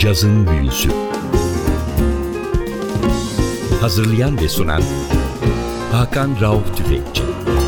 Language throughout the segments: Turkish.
Cazın Büyüsü. Hazırlayan ve sunan Hakan Rauf Tüfekçi.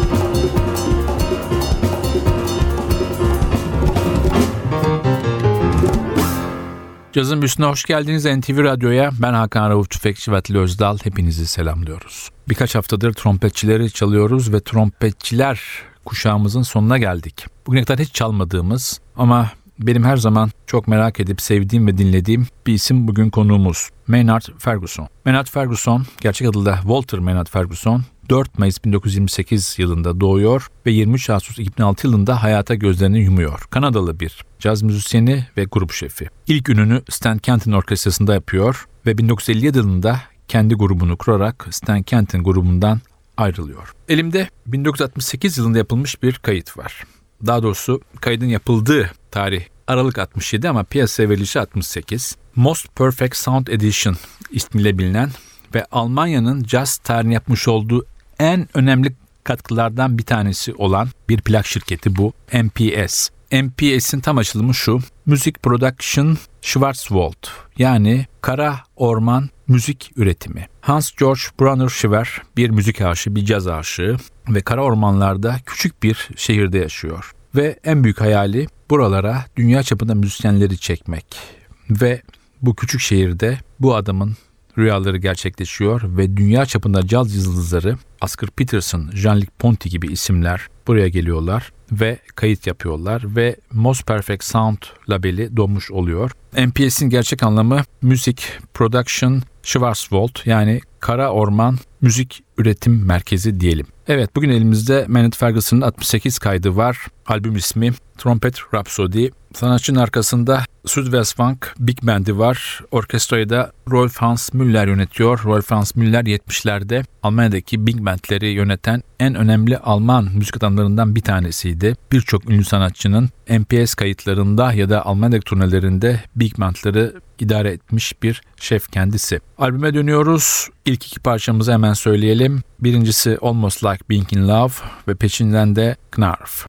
Cazın Büyüsü'ne hoş geldiniz NTV Radyo'ya. Ben Hakan Rauf Tüfekçi ve Atilla Özdal. Hepinizi selamlıyoruz. Birkaç haftadır trompetçileri çalıyoruz ve trompetçiler kuşağımızın sonuna geldik. Bugüne kadar hiç çalmadığımız ama benim her zaman çok merak edip sevdiğim ve dinlediğim bir isim bugün konuğumuz. Maynard Ferguson. Maynard Ferguson, gerçek adıyla Walter Maynard Ferguson, 4 Mayıs 1928 yılında doğuyor ve 23 Ağustos 2006 yılında hayata gözlerini yumuyor. Kanadalı bir caz müzisyeni ve grup şefi. İlk ününü Stan Kenton Orkestrası'nda yapıyor ve 1957 yılında kendi grubunu kurarak Stan Kenton grubundan ayrılıyor. Elimde 1968 yılında yapılmış bir kayıt var. Daha doğrusu kaydın yapıldığı tarih Aralık 67 ama piyasaya verilişi 68. Most Perfect Sound Edition ismiyle bilinen ve Almanya'nın caz tarihine yapmış olduğu en önemli katkılardan bir tanesi olan bir plak şirketi bu, MPS. MPS'in tam açılımı şu: Music Production Schwarzwald, yani Kara Orman Müzik Üretimi. Hans Georg Brunner Schwer bir müzik aşığı, bir caz aşığı ve kara ormanlarda küçük bir şehirde yaşıyor. Ve en büyük hayali buralara dünya çapında müzisyenleri çekmek. Ve bu küçük şehirde bu adamın rüyaları gerçekleşiyor ve dünya çapında caz yıldızları Oscar Peterson, Jean-Luc Ponty gibi isimler buraya geliyorlar ve kayıt yapıyorlar ve Most Perfect Sound labeli doğmuş oluyor. MPS'in gerçek anlamı Music Production Schwarzwald, yani Kara Orman Müzik Üretim Merkezi diyelim. Evet, bugün elimizde Maynard Ferguson'ın 68 kaydı var. Albüm ismi Trumpet Rhapsody. Sanatçının arkasında Südwestfunk Big Band'i var. Orkestrayı da Rolf Hans Müller yönetiyor. Rolf Hans Müller 70'lerde Almanya'daki Big Band'leri yöneten en önemli Alman müzik adamlarından bir tanesiydi. Birçok ünlü sanatçının MPS kayıtlarında ya da Almanya'daki turnelerinde Big Band'ları idare etmiş bir şef kendisi. Albüme dönüyoruz. İlk iki parçamızı hemen söyleyelim. Birincisi Almost Like Being in Love ve peşinden de Knarf.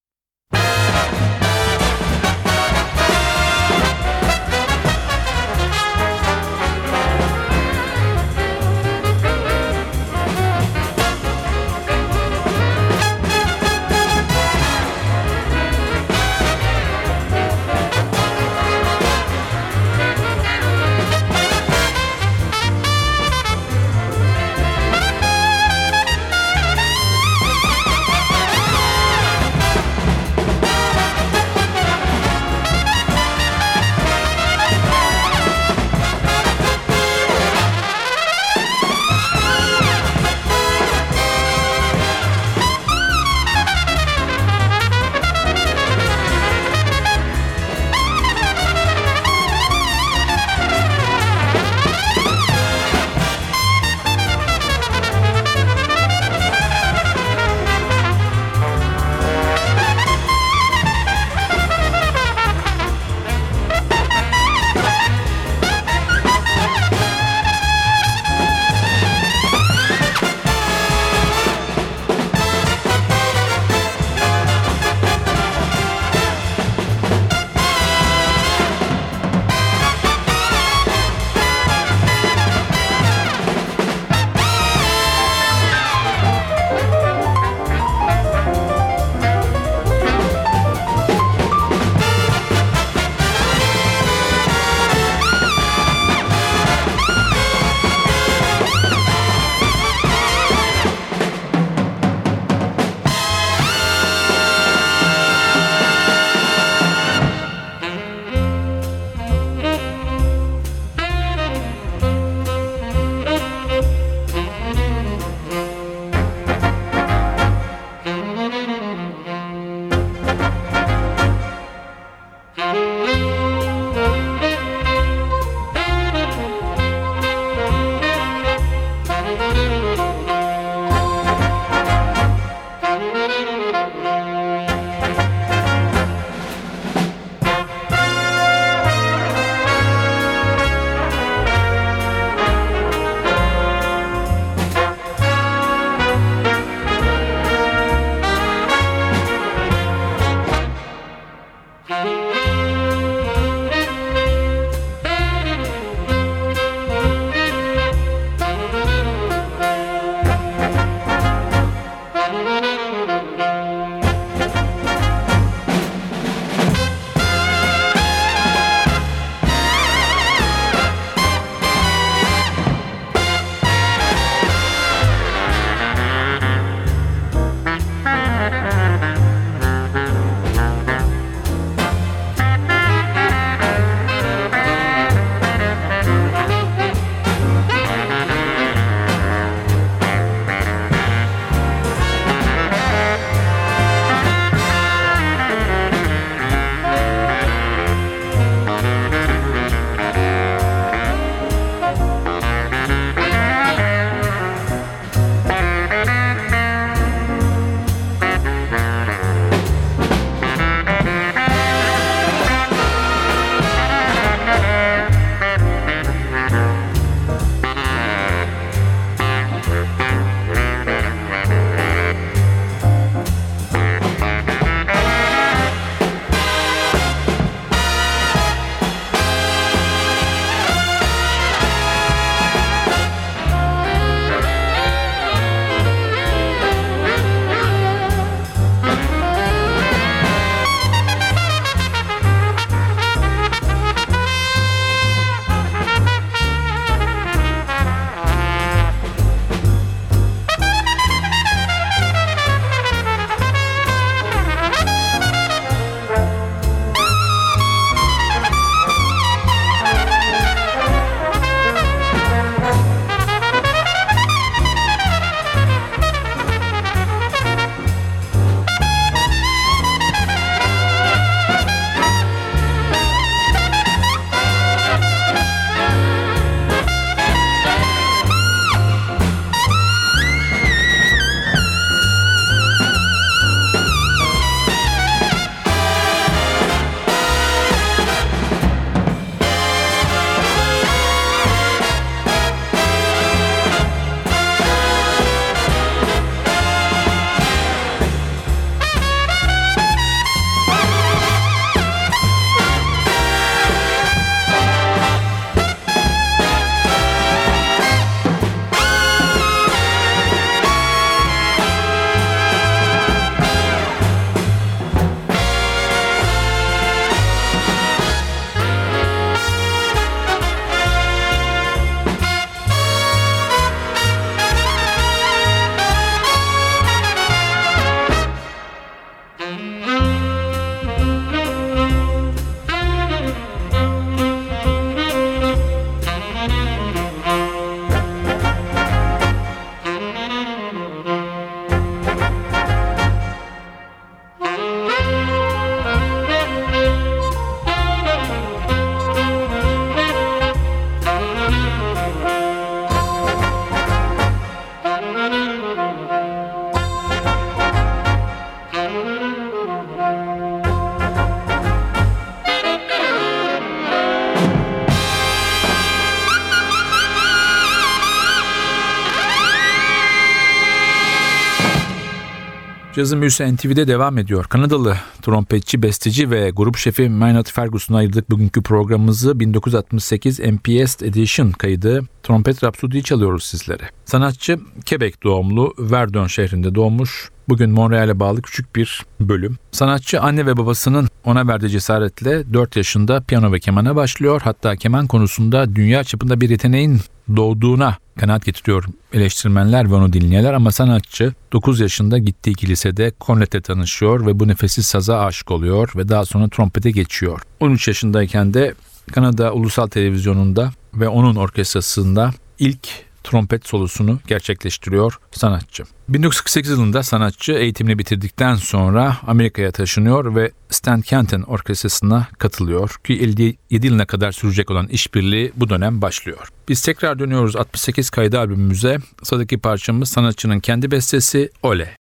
Cazın Büyüsü NTV'de devam ediyor. Kanadalı trompetçi, besteci ve grup şefi Maynard Ferguson'a ayırdık bugünkü programımızı. 1968 MPS Edition kaydı Trompet Rhapsody'yi çalıyoruz sizlere. Sanatçı Quebec doğumlu, Verdun şehrinde doğmuş. Bugün Montreal'e bağlı küçük bir bölüm. Sanatçı anne ve babasının ona verdiği cesaretle 4 yaşında piyano ve kemana başlıyor. Hatta keman konusunda dünya çapında bir yeteneğin doğduğuna kanaat getiriyor eleştirmenler ve onu dinleyenler, ama sanatçı 9 yaşında gittiği kilisede kornetle tanışıyor ve bu nefessiz saza aşık oluyor ve daha sonra trompete geçiyor. 13 yaşındayken de Kanada Ulusal Televizyonu'nda ve onun orkestrasında ilk trompet solosunu gerçekleştiriyor sanatçı. 1948 yılında sanatçı eğitimini bitirdikten sonra Amerika'ya taşınıyor ve Stan Kenton Orkestrası'na katılıyor ki 57 yılına kadar sürecek olan işbirliği bu dönem başlıyor. Biz tekrar dönüyoruz 68 kaydı albümümüze. Sıradaki parçamız sanatçının kendi bestesi Ole.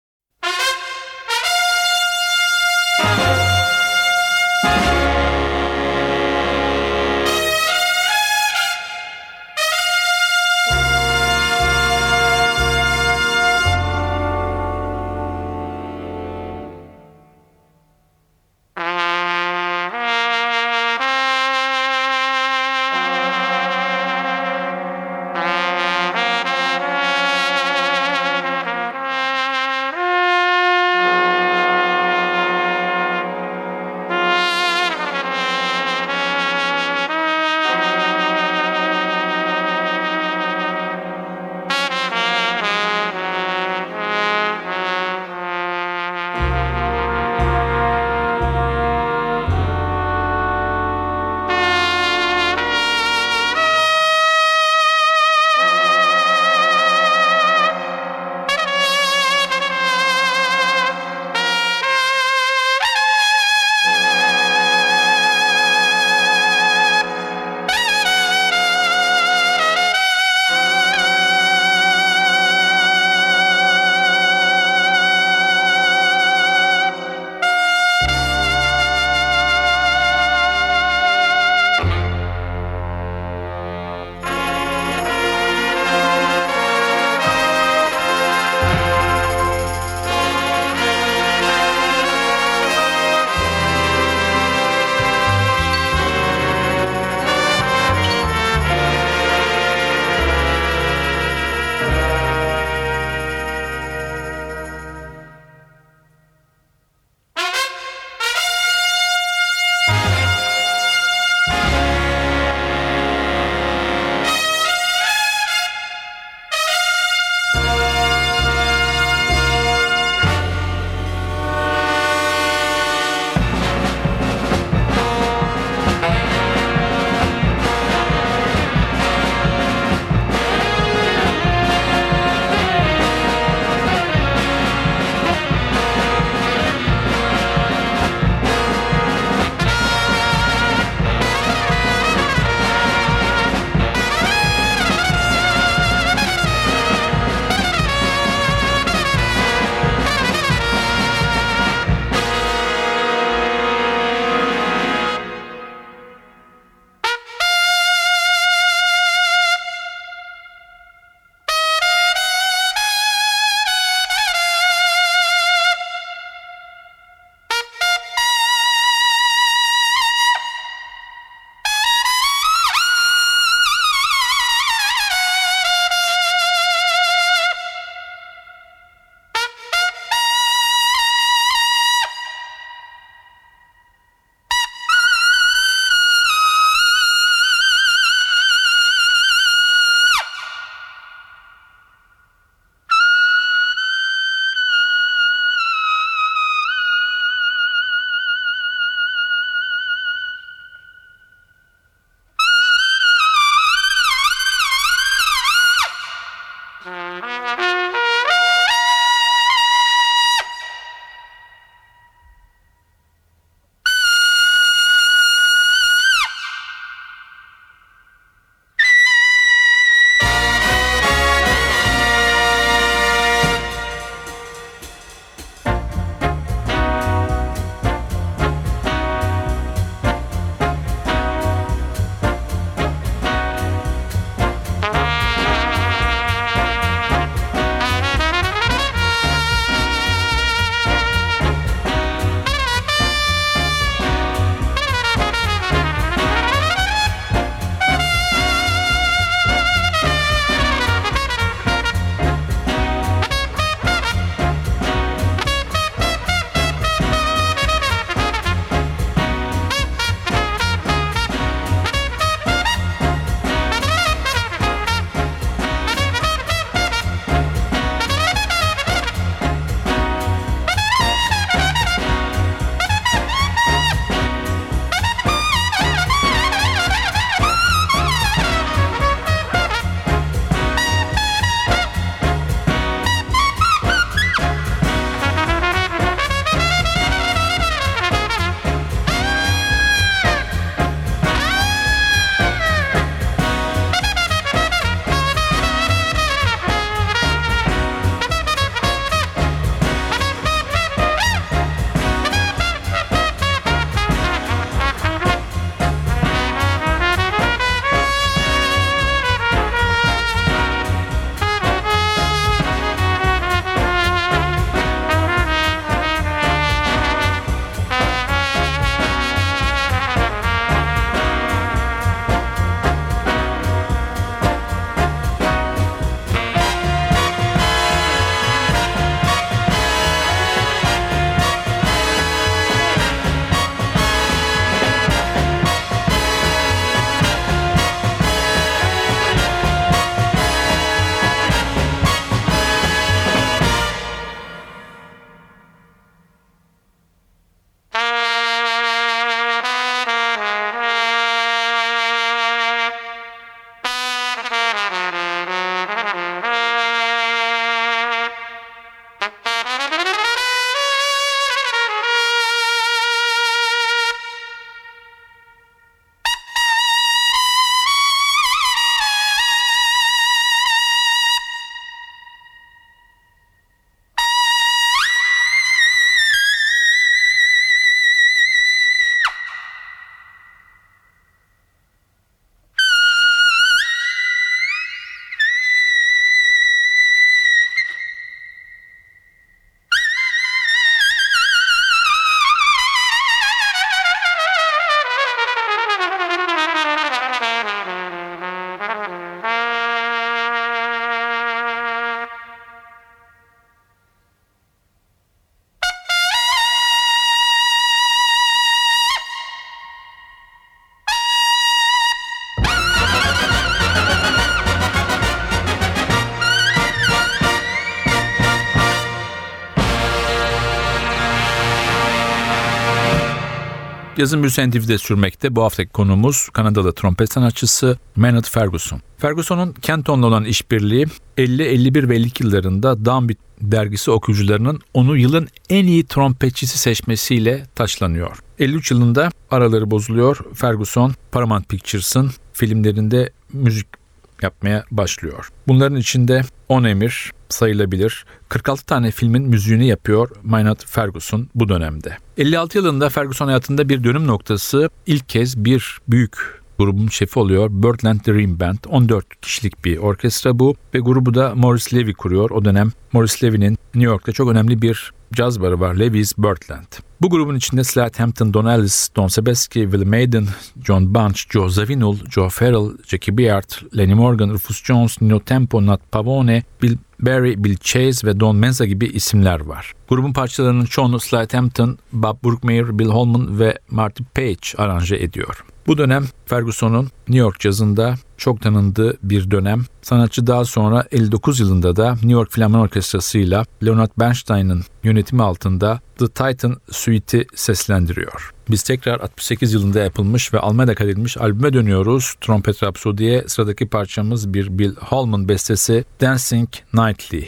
Cazın büyüsü NTV'de sürmekte. Bu haftaki konuğumuz Kanadalı trompet sanatçısı Maynard Ferguson. Ferguson'un Kenton'la olan işbirliği 50, 51 ve 52 yıllarında Downbeat dergisi okuyucularının onu yılın en iyi trompetçisi seçmesiyle taçlanıyor. 53 yılında araları bozuluyor. Ferguson, Paramount Pictures'ın filmlerinde müzik yapmaya başlıyor. Bunların içinde On Emir sayılabilir. 46 tane filmin müziğini yapıyor Maynard Ferguson bu dönemde. 56 yılında Ferguson hayatında bir dönüm noktası, ilk kez bir büyük grubun şefi oluyor. Birdland Dream Band. 14 kişilik bir orkestra bu ve grubu da Maurice Levy kuruyor. O dönem Maurice Levy'nin New York'ta çok önemli bir caz barı var. Levy's Birdland. Bu grubun içinde Slade Hampton, Don Ellis, Don Sebesky, Willie Maiden, John Bunch, Joe Zawinul, Joe Farrell, Jackie Beard, Lenny Morgan, Rufus Jones, Nino Tempo, Nat Pavone, Bill Berry, Bill Chase ve Don Menza gibi isimler var. Grubun parçalarının çoğunu Slade Hampton, Bob Brookmeyer, Bill Holman ve Marty Page aranje ediyor. Bu dönem Ferguson'un New York cazında çok tanındığı bir dönem. Sanatçı daha sonra 59 yılında da New York Filarmoni Orkestrası'yla Leonard Bernstein'ın yönetimi altında The Titan Suite'i seslendiriyor. Biz tekrar 68 yılında yapılmış ve Almanya'da kaydedilmiş albüme dönüyoruz. Trompet Rhapsody'ye sıradaki parçamız bir Bill Holman bestesi Dancing Nightly.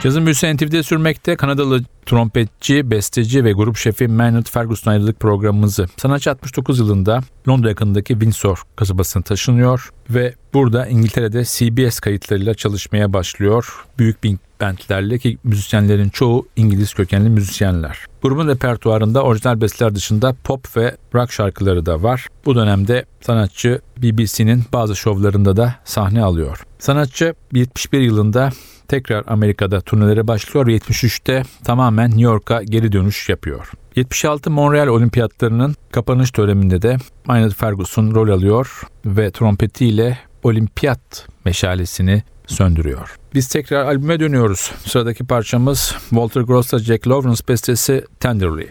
Cazın büyüsü NTV'de sürmekte. Kanadalı trompetçi, besteci ve grup şefi Maynard Ferguson'la ayrıldık programımızı. Sanatçı 69 yılında Londra yakınındaki Windsor kasabasına taşınıyor ve burada İngiltere'de CBS kayıtlarıyla çalışmaya başlıyor. Büyük big bandlerle, ki müzisyenlerin çoğu İngiliz kökenli müzisyenler. Grubun repertuarında orijinal besteler dışında pop ve rock şarkıları da var. Bu dönemde sanatçı BBC'nin bazı şovlarında da sahne alıyor. Sanatçı 71 yılında tekrar Amerika'da turnelere başlıyor ve 73'te tamamen New York'a geri dönüş yapıyor. 76 Montreal Olimpiyatlarının kapanış töreninde de Maynard Ferguson rol alıyor ve trompetiyle olimpiyat meşalesini söndürüyor. Biz tekrar albüme dönüyoruz. Sıradaki parçamız Walter Gross'la Jack Lawrence bestesi Tenderly.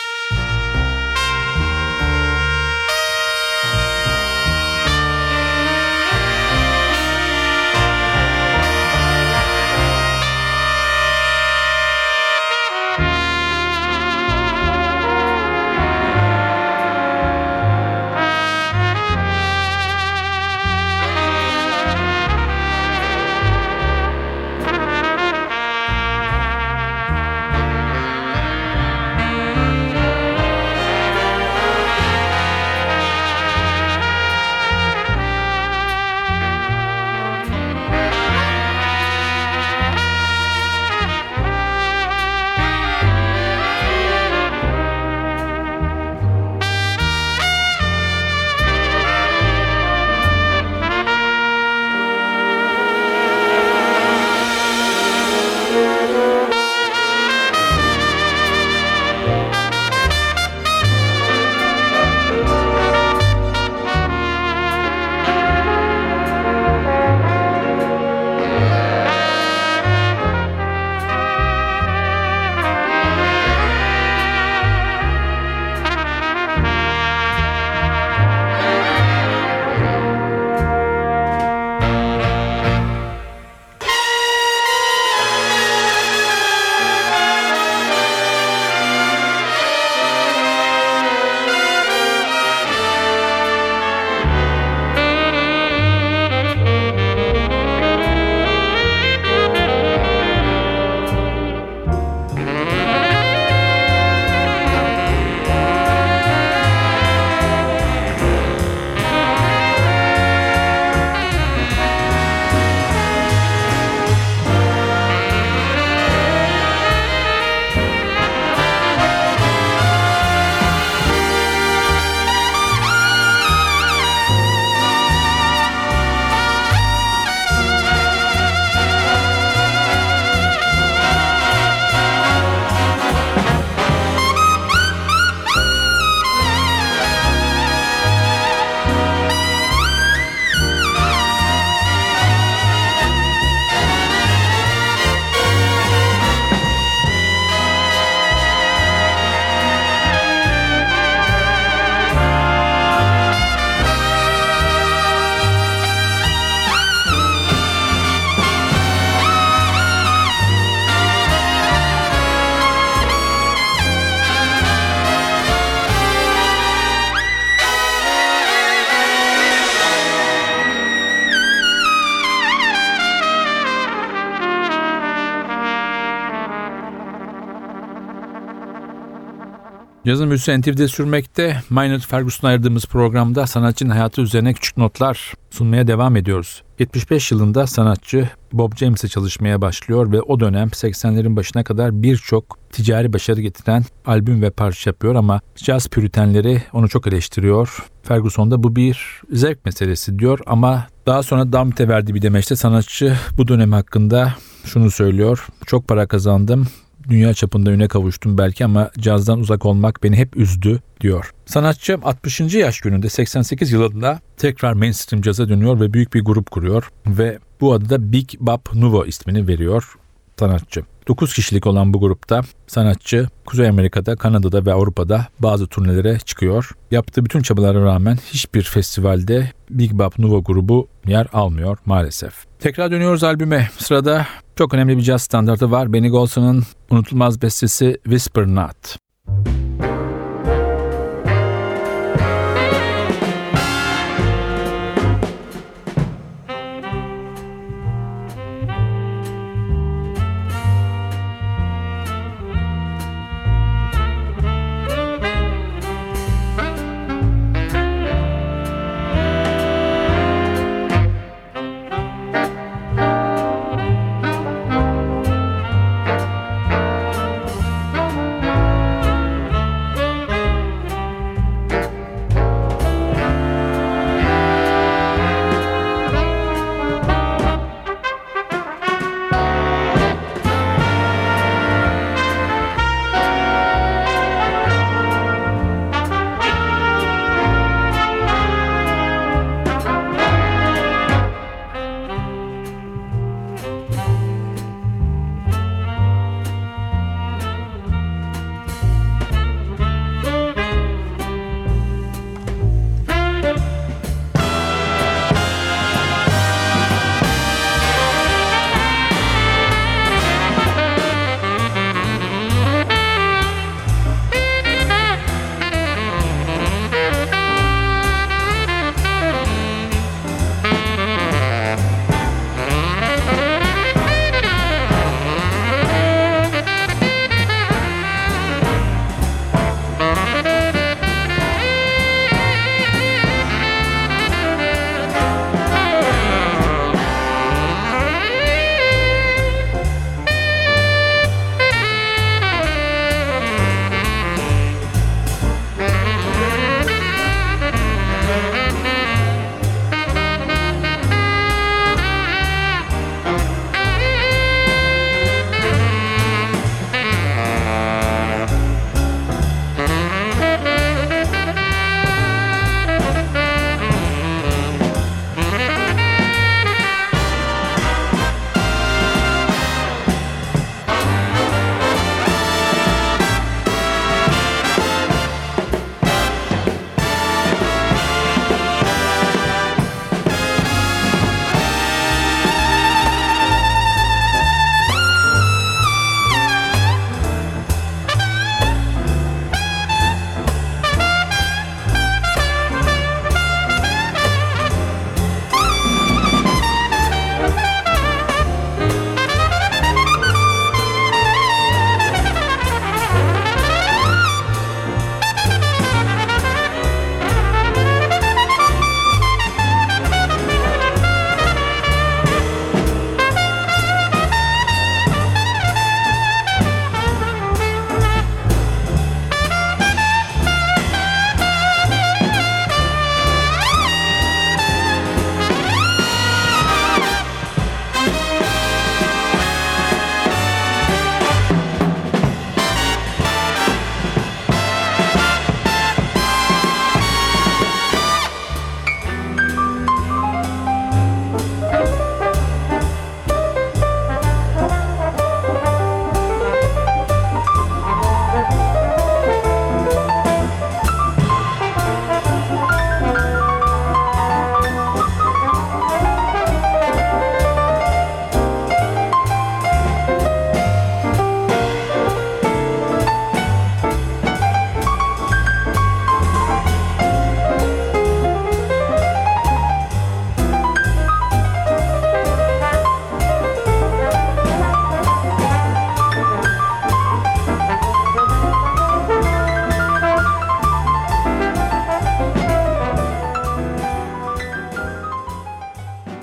Cazın büyüsü NTV'de sürmekte. Maynard Ferguson'a ayırdığımız programda sanatçının hayatı üzerine küçük notlar sunmaya devam ediyoruz. 75 yılında sanatçı Bob James'e çalışmaya başlıyor ve o dönem 80'lerin başına kadar birçok ticari başarı getiren albüm ve parça yapıyor ama caz püritenleri onu çok eleştiriyor. Ferguson da bu bir zevk meselesi diyor ama daha sonra Damit'e verdiği bir demeçte sanatçı bu dönem hakkında şunu söylüyor: çok para kazandım, dünya çapında üne kavuştum belki ama cazdan uzak olmak beni hep üzdü diyor. Sanatçı 60. yaş gününde 88 yılında tekrar mainstream caza dönüyor ve büyük bir grup kuruyor ve bu adı da Big Bop Nuvo ismini veriyor sanatçı. 9 kişilik olan bu grupta sanatçı Kuzey Amerika'da, Kanada'da ve Avrupa'da bazı turnelere çıkıyor. Yaptığı bütün çabalara rağmen hiçbir festivalde Big Bop Nuvo grubu yer almıyor maalesef. Tekrar dönüyoruz albüme. Sırada çok önemli bir caz standartı var. Benny Golson'ın unutulmaz bestesi Whisper Not.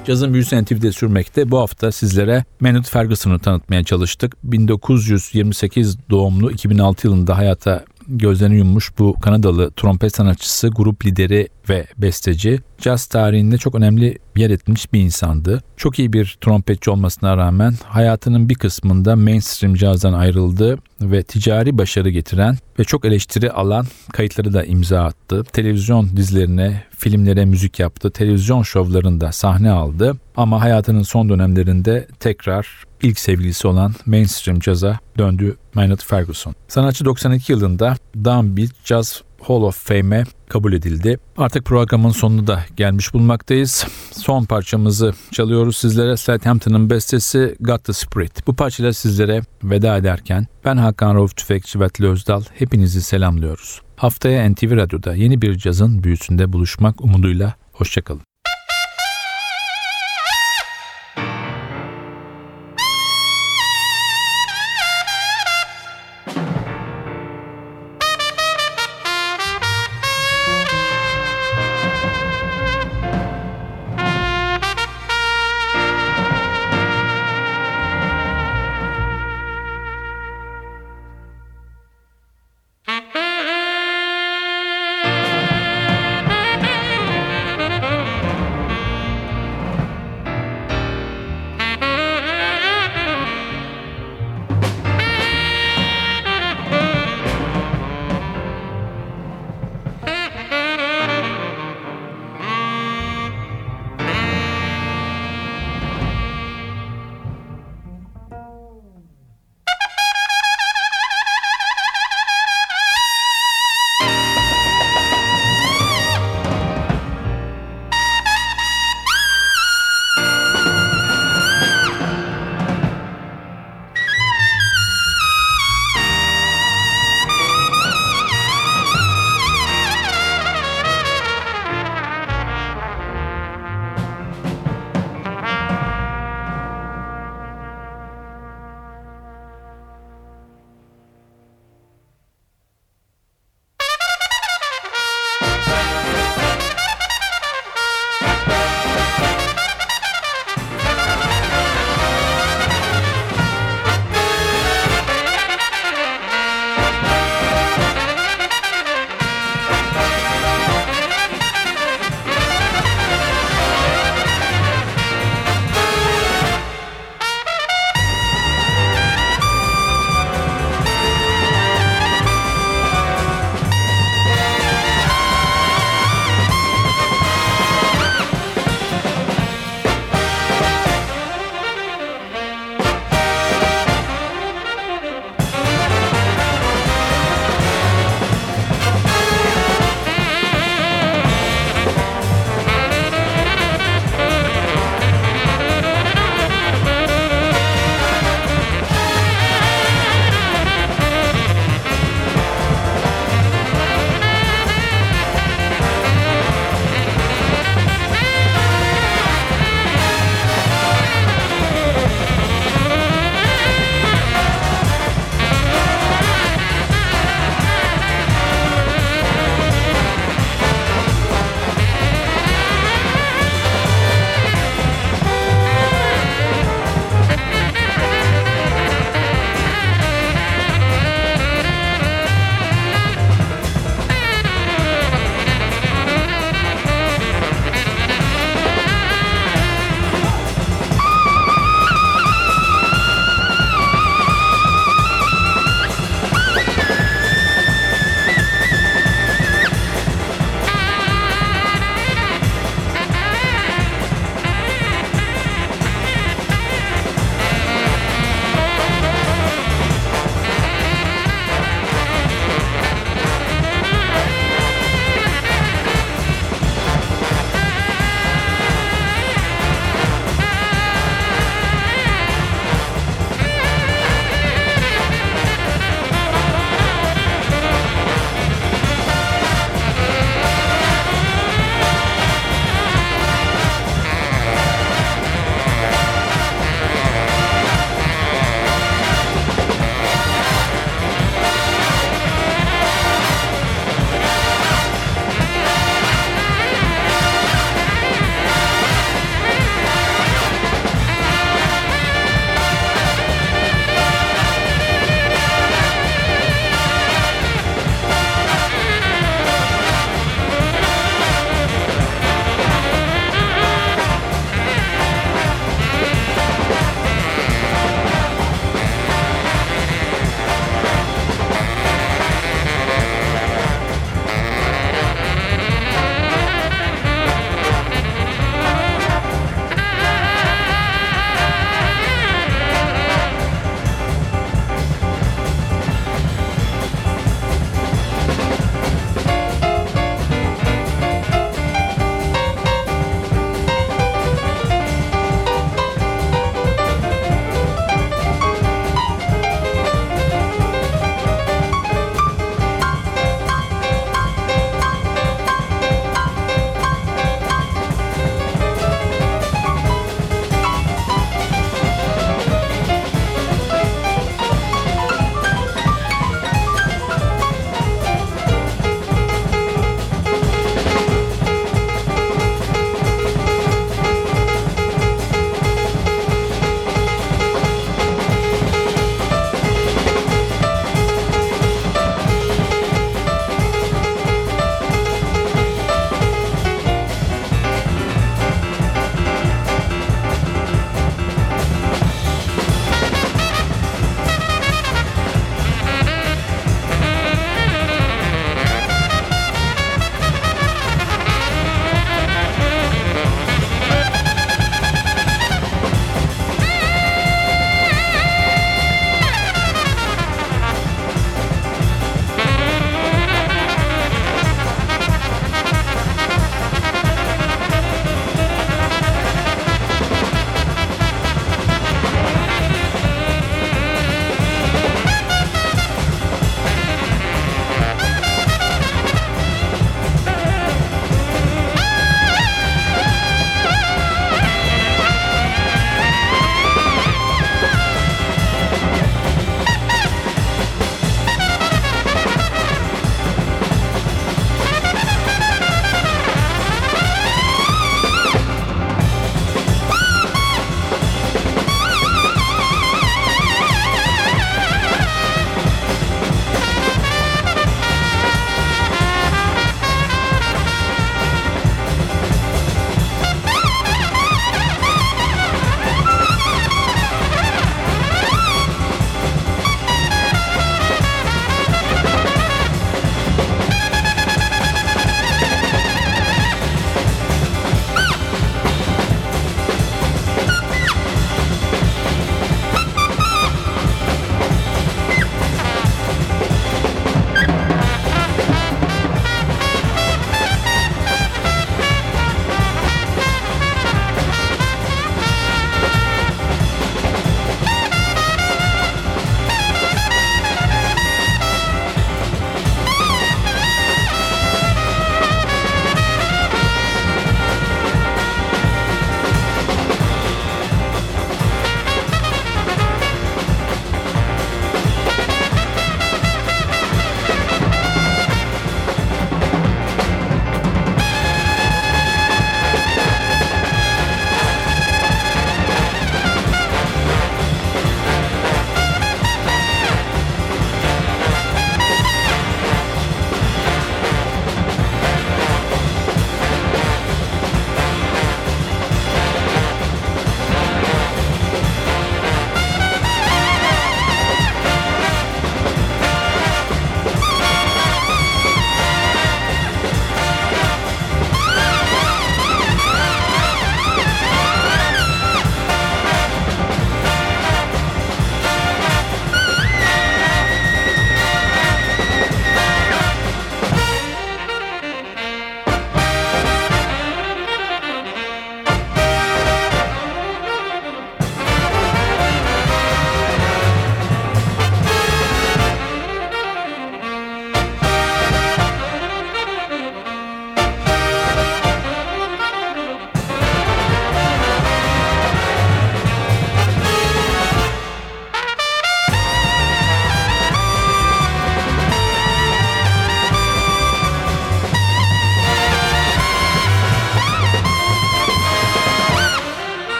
Cazın büyüsü NTV'de sürmekte. Bu hafta sizlere Maynard Ferguson'u tanıtmaya çalıştık. 1928 doğumlu, 2006 yılında hayata gözlerini yummuş bu Kanadalı trompet sanatçısı, grup lideri ve besteci, caz tarihinde çok önemli yer etmiş bir insandı. Çok iyi bir trompetçi olmasına rağmen hayatının bir kısmında mainstream cazdan ayrıldı ve ticari başarı getiren ve çok eleştiri alan kayıtları da imza attı. Televizyon dizilerine, filmlere müzik yaptı, televizyon şovlarında sahne aldı ama hayatının son dönemlerinde tekrar ilk sevgilisi olan mainstream caza döndü Maynard Ferguson. Sanatçı 92 yılında Downbeat Jazz Hall of Fame'e kabul edildi. Artık programın sonuna da gelmiş bulunmaktayız. Son parçamızı çalıyoruz sizlere. Southampton'ın bestesi Got the Spirit. Bu parçayla sizlere veda ederken ben Hakan Rauf Tüfekçi ve Atilla Özdal hepinizi selamlıyoruz. Haftaya NTV Radyo'da yeni bir cazın büyüsünde buluşmak umuduyla hoşçakalın.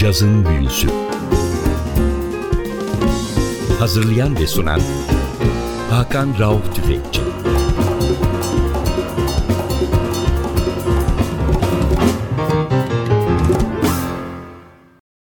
Cazın Büyüsü. Hazırlayan ve sunan Hakan Rauf Tüfekçi.